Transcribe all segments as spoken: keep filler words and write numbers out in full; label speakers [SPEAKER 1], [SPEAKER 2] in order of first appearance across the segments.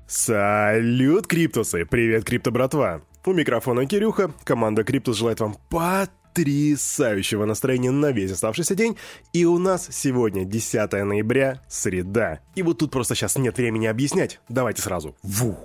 [SPEAKER 1] Салют, Криптусы! Привет, Крипто братва! У микрофона Кирюха, команда Криптус желает вам потрясающего настроения на весь оставшийся день. И у нас сегодня десятое ноября, среда. И вот тут просто сейчас нет времени объяснять, давайте сразу. Ву!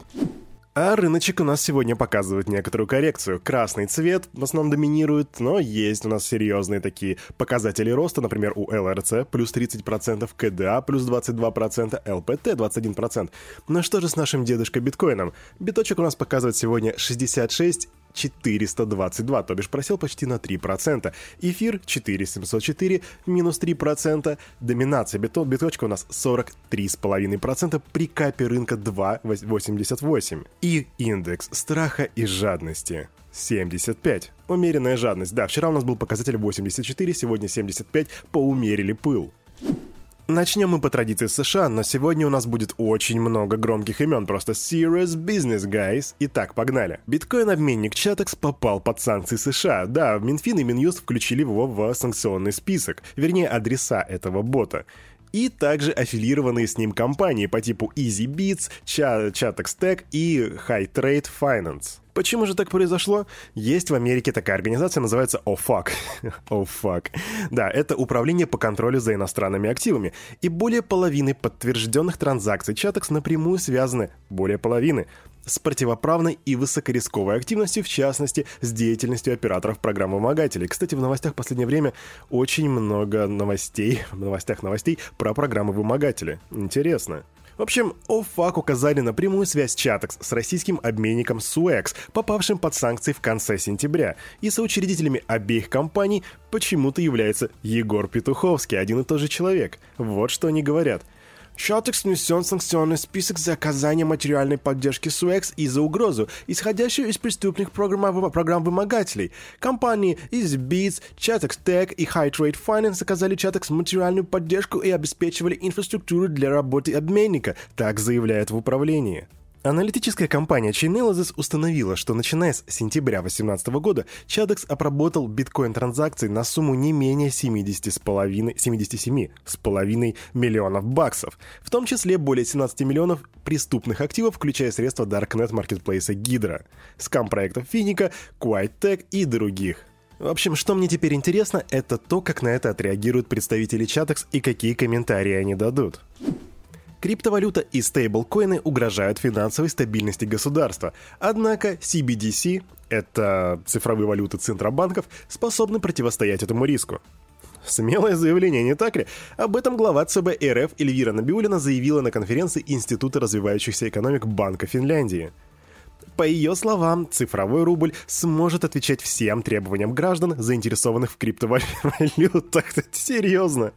[SPEAKER 1] А рыночек у нас сегодня показывает некоторую коррекцию. Красный цвет в основном доминирует, но есть у нас серьезные такие показатели роста. Например, у эл эр си плюс тридцать процентов, ка дэ а плюс двадцать два процента, эл пи ти двадцать один процент. Но что же с нашим дедушкой биткоином? Биточек у нас показывает сегодня шестьдесят шесть четыреста двадцать два, то бишь просел почти на три процента. Эфир четыре тысячи семьсот четыре, минус три процента. Доминация бито, биточка у нас сорок три целых пять десятых процента при капе рынка два целых восемьдесят восемь. И индекс страха и жадности семьдесят пять. Умеренная жадность. Да, вчера у нас был показатель восемьдесят четыре, сегодня семьдесят пять. Поумерили пыл. Начнем мы по традиции США, но сегодня у нас будет очень много громких имен, просто serious business, guys. Итак, погнали. Биткоин-обменник Chatex попал под санкции США. Да, Минфин и Минюст включили его в санкционный список, вернее, адреса этого бота. И также аффилированные с ним компании по типу EasyBits, Chatex Tech и High Trade Finance. Почему же так произошло? Есть в Америке такая организация, называется о фак. о фак. Да, это управление по контролю за иностранными активами. И более половины подтвержденных транзакций Chatex напрямую связаны, более половины, с противоправной и высокорисковой активностью, в частности, с деятельностью операторов программ-вымогателей. Кстати, в новостях в последнее время очень много новостей, в новостях новостей про программы-вымогатели. Интересно. В общем, о фак указали на прямую связь Chatex с российским обменником Суэкс, попавшим под санкции в конце сентября. И соучредителями обеих компаний почему-то является Егор Петуховский, один и тот же человек. Вот что они говорят. Chatex внесен в санкционный список за оказание материальной поддержки Суэкс и за угрозу, исходящую из преступных программ, программ вымогателей. Компании EasyBits, Chatex Tech и High Trade Finance оказали Chatex материальную поддержку и обеспечивали инфраструктуру для работы обменника, так заявляют в управлении. Аналитическая компания Chainalysis установила, что начиная с сентября две тысячи восемнадцатого года Chatex обработал биткоин-транзакции на сумму не менее семьдесят семь с половиной миллионов баксов, в том числе более семнадцать миллионов преступных активов, включая средства Darknet маркетплейса Hydra, скам-проектов Финика, QuiteTech и других. В общем, что мне теперь интересно, это то, как на это отреагируют представители Chatex и какие комментарии они дадут. Криптовалюта и стейблкоины угрожают финансовой стабильности государства, однако си би ди си, это цифровые валюты центробанков, способны противостоять этому риску. Смелое заявление, не так ли? Об этом глава цэ бэ эр эф Эльвира Набиуллина заявила на конференции Института развивающихся экономик Банка Финляндии. По ее словам, цифровой рубль сможет отвечать всем требованиям граждан, заинтересованных в криптовалютах. Серьезно?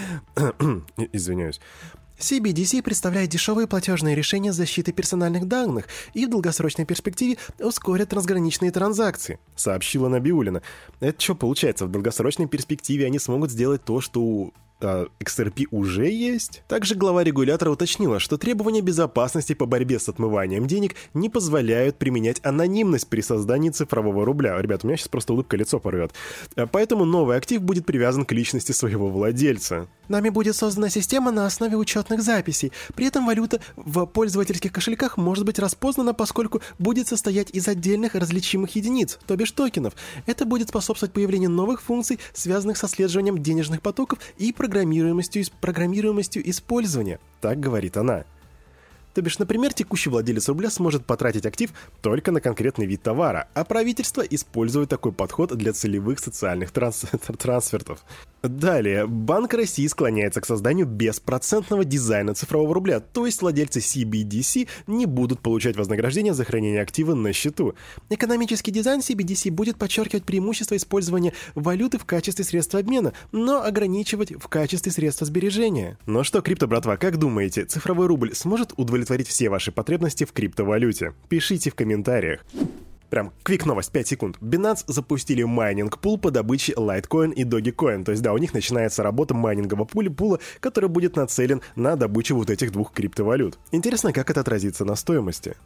[SPEAKER 1] Извиняюсь. си би ди си представляет дешевые платежные решения защиты персональных данных и в долгосрочной перспективе ускорят трансграничные транзакции, сообщила Набиуллина. Это что получается? В долгосрочной перспективе они смогут сделать то, что у а, икс эр пи уже есть? Также глава регулятора уточнила, что требования безопасности по борьбе с отмыванием денег не позволяют применять анонимность при создании цифрового рубля. Ребят, у меня сейчас просто улыбка лицо порвет. Поэтому новый актив будет привязан к личности своего владельца. Нами будет создана система на основе учетных записей. При этом валюта в пользовательских кошельках может быть распознана, поскольку будет состоять из отдельных различимых единиц, то бишь токенов. Это будет способствовать появлению новых функций, связанных с отслеживанием денежных потоков и программируемостью, программируемостью использования. Так говорит она. То бишь, например, текущий владелец рубля сможет потратить актив только на конкретный вид товара, а правительство использует такой подход для целевых социальных транс- трансфертов. Далее, Банк России склоняется к созданию беспроцентного дизайна цифрового рубля, то есть владельцы си би ди си не будут получать вознаграждение за хранение актива на счету. Экономический дизайн си би ди си будет подчеркивать преимущество использования валюты в качестве средства обмена, но ограничивать в качестве средства сбережения. Ну что, крипто братва, как думаете, цифровой рубль сможет удовлетворить все ваши потребности в криптовалюте? Пишите в комментариях. Прям квик-новость, пять секунд. Binance запустили майнинг-пул по добыче Litecoin и Dogecoin. То есть, да, у них начинается работа майнингового пуля, пула, который будет нацелен на добычу вот этих двух криптовалют. Интересно, как это отразится на стоимости.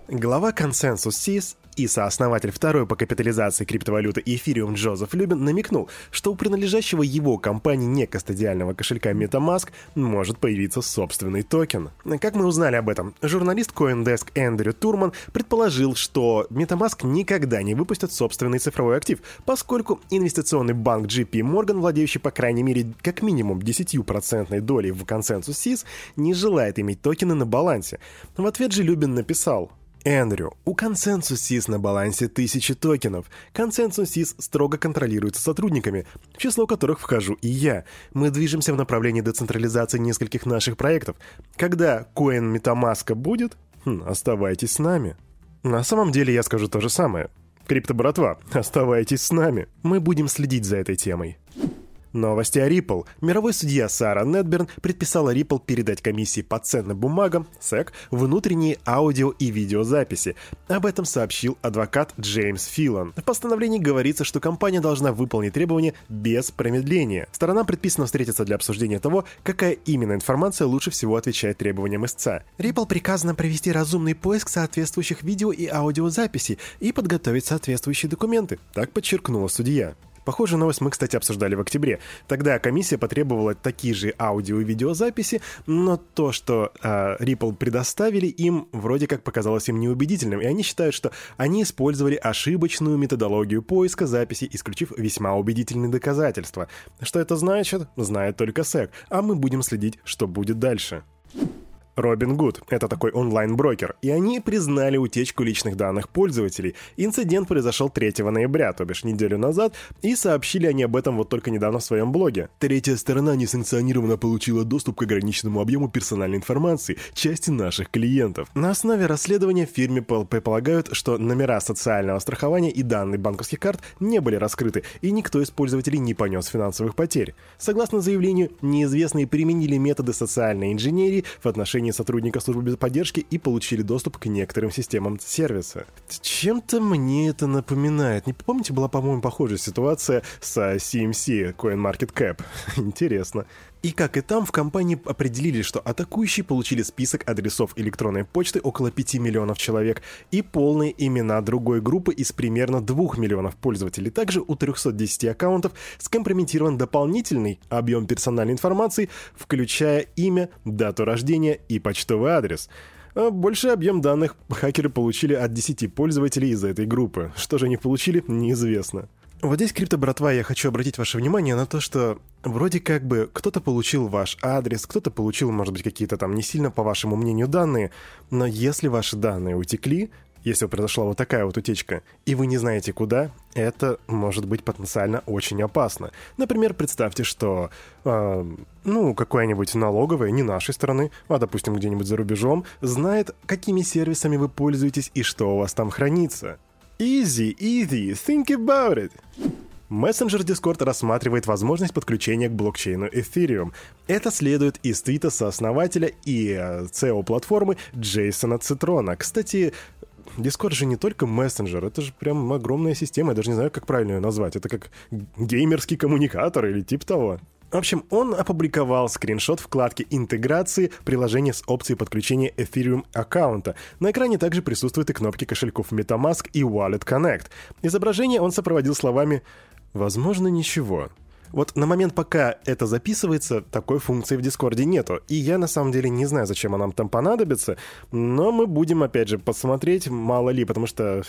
[SPEAKER 1] Глава Consensus Sys и сооснователь второй по капитализации криптовалюты Ethereum Джозеф Любин намекнул, что у принадлежащего его компании некастодиального кошелька MetaMask может появиться собственный токен. Как мы узнали об этом? Журналист CoinDesk Эндрю Турман предположил, что MetaMask никогда не выпустит собственный цифровой актив, поскольку инвестиционный банк джей пи Morgan, владеющий по крайней мере как минимум десять процентов долей в Consensus Sys, не желает иметь токены на балансе. В ответ же Любин написал: Эндрю, у Consensus Sys на балансе тысячи токенов. Consensus Sys строго контролируется сотрудниками, в число которых вхожу и я. Мы движемся в направлении децентрализации нескольких наших проектов. Когда коин MetaMask будет, хм, оставайтесь с нами. На самом деле я скажу то же самое. Крипто-братва, оставайтесь с нами. Мы будем следить за этой темой. Новости о Ripple. Мировой судья Сара Недберн предписала Ripple передать комиссии по ценным бумагам, сэк, внутренние аудио и видеозаписи. Об этом сообщил адвокат Джеймс Филан. В постановлении говорится, что компания должна выполнить требования без промедления. Сторонам предписано встретиться для обсуждения того, какая именно информация лучше всего отвечает требованиям истца. Ripple приказано провести разумный поиск соответствующих видео и аудиозаписей и подготовить соответствующие документы, так подчеркнула судья. Похожую новость мы, кстати, обсуждали в октябре. Тогда комиссия потребовала такие же аудио и видеозаписи, но то, что э, Ripple предоставили им, вроде как показалось им неубедительным, и они считают, что они использовали ошибочную методологию поиска записей, исключив весьма убедительные доказательства. Что это значит? Знает только сэк, а мы будем следить, что будет дальше. Robinhood — это такой онлайн-брокер, и они признали утечку личных данных пользователей. Инцидент произошел третьего ноября, то бишь неделю назад, и сообщили они об этом вот только недавно в своем блоге. Третья сторона несанкционированно получила доступ к ограниченному объему персональной информации части наших клиентов. На основе расследования в фирме предполагают, что номера социального страхования и данные банковских карт не были раскрыты, и никто из пользователей не понес финансовых потерь. Согласно заявлению, неизвестные применили методы социальной инженерии в отношении сотрудников службы поддержки и получили доступ к некоторым системам сервиса. Чем-то мне это напоминает. Не помните, была, по-моему, похожая ситуация с си эм си, CoinMarketCap? Интересно. И как и там, в компании определили, что атакующие получили список адресов электронной почты около пяти миллионов человек и полные имена другой группы из примерно двух миллионов пользователей. Также у трёхсот десяти аккаунтов скомпрометирован дополнительный объем персональной информации, включая имя, дату рождения и почтовый адрес. А больший объем данных хакеры получили от десяти пользователей из этой группы. Что же они получили, неизвестно. Вот здесь, крипто-братва, я хочу обратить ваше внимание на то, что вроде как бы кто-то получил ваш адрес, кто-то получил, может быть, какие-то там не сильно, по вашему мнению, данные, но если ваши данные утекли, если произошла вот такая вот утечка, и вы не знаете куда, это может быть потенциально очень опасно. Например, представьте, что, э, ну, какая-нибудь налоговая, не нашей страны, а, допустим, где-нибудь за рубежом, знает, какими сервисами вы пользуетесь и что у вас там хранится. Easy, easy, think about it. Мессенджер Discord рассматривает возможность подключения к блокчейну Ethereum. Это следует из твита сооснователя и э, си и о платформы Джейсона Цитрона. Кстати, Discord же не только мессенджер, это же прям огромная система, я даже не знаю, как правильно ее назвать. Это как геймерский коммуникатор или типа того. В общем, он опубликовал скриншот вкладки интеграции приложения с опцией подключения Ethereum аккаунта. На экране также присутствуют и кнопки кошельков MetaMask и Wallet Connect. Изображение он сопроводил словами «возможно, ничего». Вот на момент, пока это записывается, такой функции в Дискорде нету. И я на самом деле не знаю, зачем она нам там понадобится, но мы будем, опять же, посмотреть, мало ли, потому что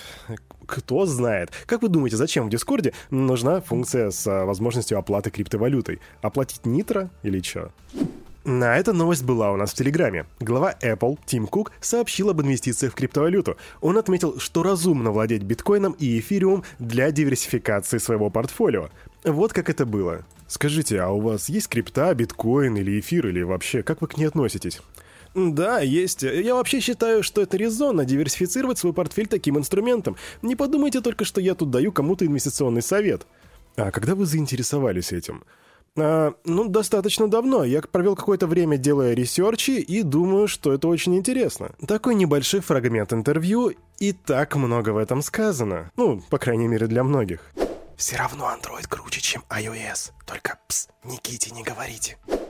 [SPEAKER 1] кто знает. Как вы думаете, зачем в Дискорде нужна функция с возможностью оплаты криптовалютой? Оплатить нитро или что? На эта новость была у нас в Телеграме. Глава Apple Тим Кук сообщил об инвестициях в криптовалюту. Он отметил, что разумно владеть биткоином и эфириум для диверсификации своего портфолио. Вот как это было. Скажите, а у вас есть крипта, биткоин или эфир, или вообще, как вы к ней относитесь? Да, есть. Я вообще считаю, что это резонно диверсифицировать свой портфель таким инструментом. Не подумайте только, что я тут даю кому-то инвестиционный совет. А когда вы заинтересовались этим? А, ну, достаточно давно. Я провел какое-то время, делая ресерчи, и думаю, что это очень интересно. Такой небольшой фрагмент интервью, и так много в этом сказано. Ну, по крайней мере, для многих. Все равно Android круче, чем iOS. Только, пс, Никите не говорите.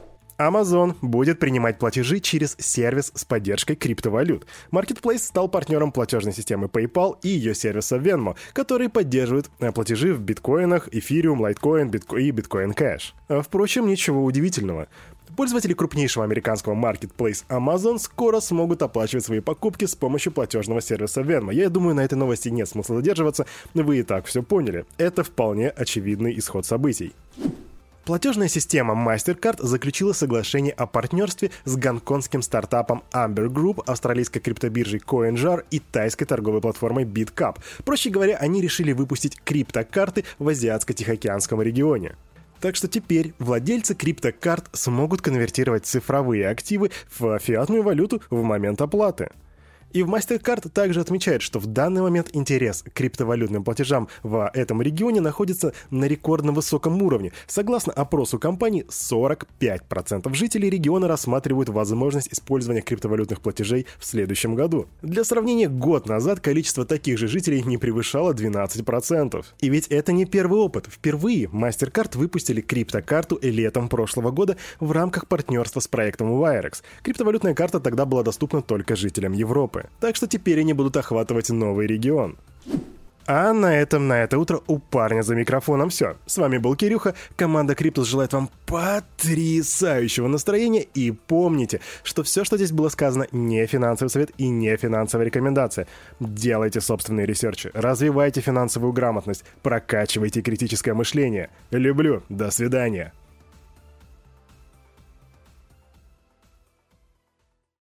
[SPEAKER 1] Amazon будет принимать платежи через сервис с поддержкой криптовалют. Marketplace стал партнером платежной системы PayPal и ее сервиса Venmo, которые поддерживают платежи в биткоинах, эфириум, лайткоин и биткоин Cash. Впрочем, ничего удивительного. Пользователи крупнейшего американского Marketplace Amazon скоро смогут оплачивать свои покупки с помощью платежного сервиса Venmo. Я думаю, на этой новости нет смысла задерживаться, вы и так все поняли. Это вполне очевидный исход событий. Платежная система MasterCard заключила соглашение о партнерстве с гонконгским стартапом Amber Group, австралийской криптобиржей CoinJar и тайской торговой платформой BitCup. Проще говоря, они решили выпустить криптокарты в Азиатско-Тихоокеанском регионе. Так что теперь владельцы криптокарт смогут конвертировать цифровые активы в фиатную валюту в момент оплаты. И в MasterCard также отмечает, что в данный момент интерес к криптовалютным платежам в этом регионе находится на рекордно высоком уровне. Согласно опросу компании, сорок пять процентов жителей региона рассматривают возможность использования криптовалютных платежей в следующем году. Для сравнения, год назад количество таких же жителей не превышало двенадцать процентов. И ведь это не первый опыт. Впервые MasterCard выпустили криптокарту летом прошлого года в рамках партнерства с проектом Wirex. Криптовалютная карта тогда была доступна только жителям Европы. Так что теперь они будут охватывать новый регион. А на этом на это утро у парня за микрофоном все. С вами был Кирюха. Команда Криптус желает вам потрясающего настроения. И помните, что все, что здесь было сказано, не финансовый совет и не финансовая рекомендация. Делайте собственные ресерчи, развивайте финансовую грамотность, прокачивайте критическое мышление. Люблю. До свидания.